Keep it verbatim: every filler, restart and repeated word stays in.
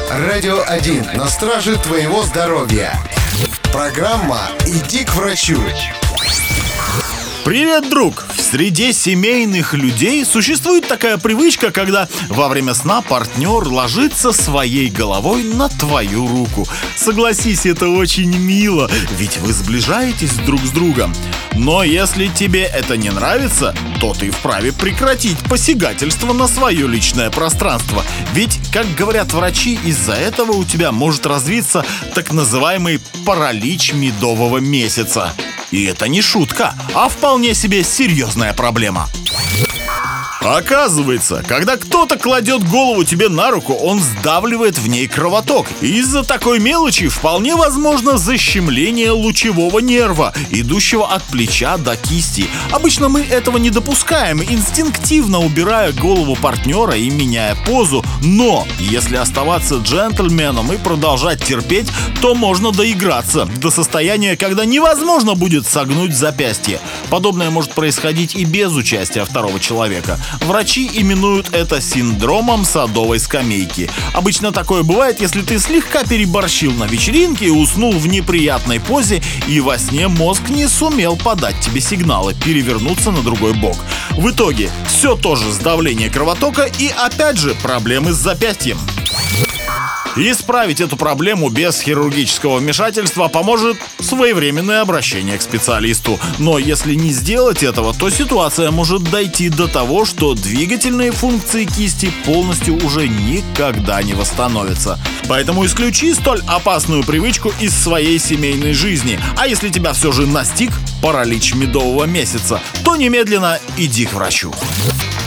Радио один на страже твоего здоровья. Программа «Иди к врачу». Привет, друг! В среде семейных людей существует такая привычка, когда во время сна партнер ложится своей головой на твою руку. Согласись, это очень мило, ведь вы сближаетесь друг с другом. Но если тебе это не нравится, то ты вправе прекратить посягательство на свое личное пространство. Ведь, как говорят врачи, из-за этого у тебя может развиться так называемый паралич медового месяца. И это не шутка, а вполне себе серьезная проблема. Оказывается, когда кто-то кладет голову тебе на руку, он сдавливает в ней кровоток. И из-за такой мелочи вполне возможно защемление лучевого нерва, идущего от плеча до кисти. Обычно мы этого не допускаем, инстинктивно убирая голову партнера и меняя позу. Но если оставаться джентльменом и продолжать терпеть, то можно доиграться до состояния, когда невозможно будет согнуть запястье. Подобное может происходить и без участия второго человека. Врачи именуют это синдромом садовой скамейки. Обычно такое бывает, если ты слегка переборщил на вечеринке и уснул в неприятной позе, и во сне мозг не сумел подать тебе сигналы перевернуться на другой бок. В итоге все тоже сдавление кровотока и опять же проблемы с запястьем. Исправить эту проблему без хирургического вмешательства поможет своевременное обращение к специалисту. Но если не сделать этого, то ситуация может дойти до того, что двигательные функции кисти полностью уже никогда не восстановятся. Поэтому исключи столь опасную привычку из своей семейной жизни. А если тебя все же настиг паралич медового месяца, то немедленно иди к врачу.